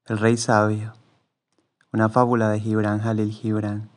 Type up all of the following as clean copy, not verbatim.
El rey sabio. Una fábula de Gibran Jalil Gibran.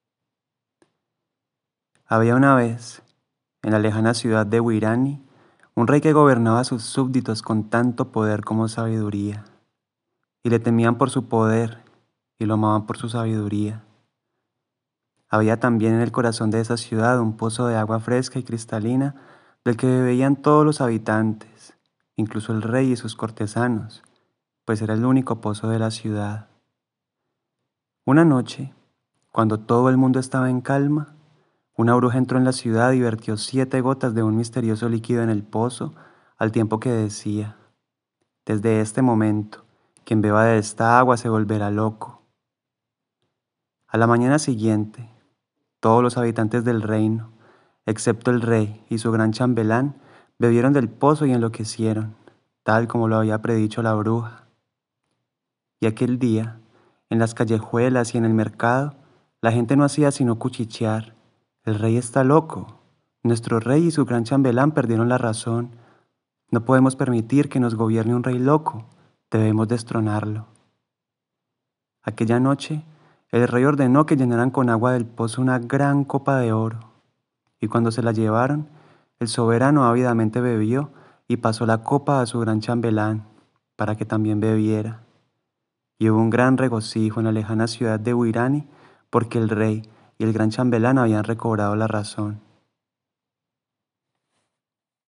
Había una vez, en la lejana ciudad de Huirani, un rey que gobernaba a sus súbditos con tanto poder como sabiduría. Y le temían por su poder y lo amaban por su sabiduría. Había también en el corazón de esa ciudad un pozo de agua fresca y cristalina del que bebían todos los habitantes, incluso el rey y sus cortesanos, pues era el único pozo de la ciudad. Una noche, cuando todo el mundo estaba en calma, una bruja entró en la ciudad y vertió 7 gotas de un misterioso líquido en el pozo, al tiempo que decía: «Desde este momento, quien beba de esta agua se volverá loco». A la mañana siguiente, todos los habitantes del reino, excepto el rey y su gran chambelán, bebieron del pozo y enloquecieron, tal como lo había predicho la bruja. Y aquel día, en las callejuelas y en el mercado, la gente no hacía sino cuchichear: «El rey está loco. Nuestro rey y su gran chambelán perdieron la razón. No podemos permitir que nos gobierne un rey loco. Debemos destronarlo». Aquella noche, el rey ordenó que llenaran con agua del pozo una gran copa de oro. Y cuando se la llevaron, el soberano ávidamente bebió y pasó la copa a su gran chambelán para que también bebiera. Y hubo un gran regocijo en la lejana ciudad de Huirani porque el rey y el gran chambelán habían recobrado la razón.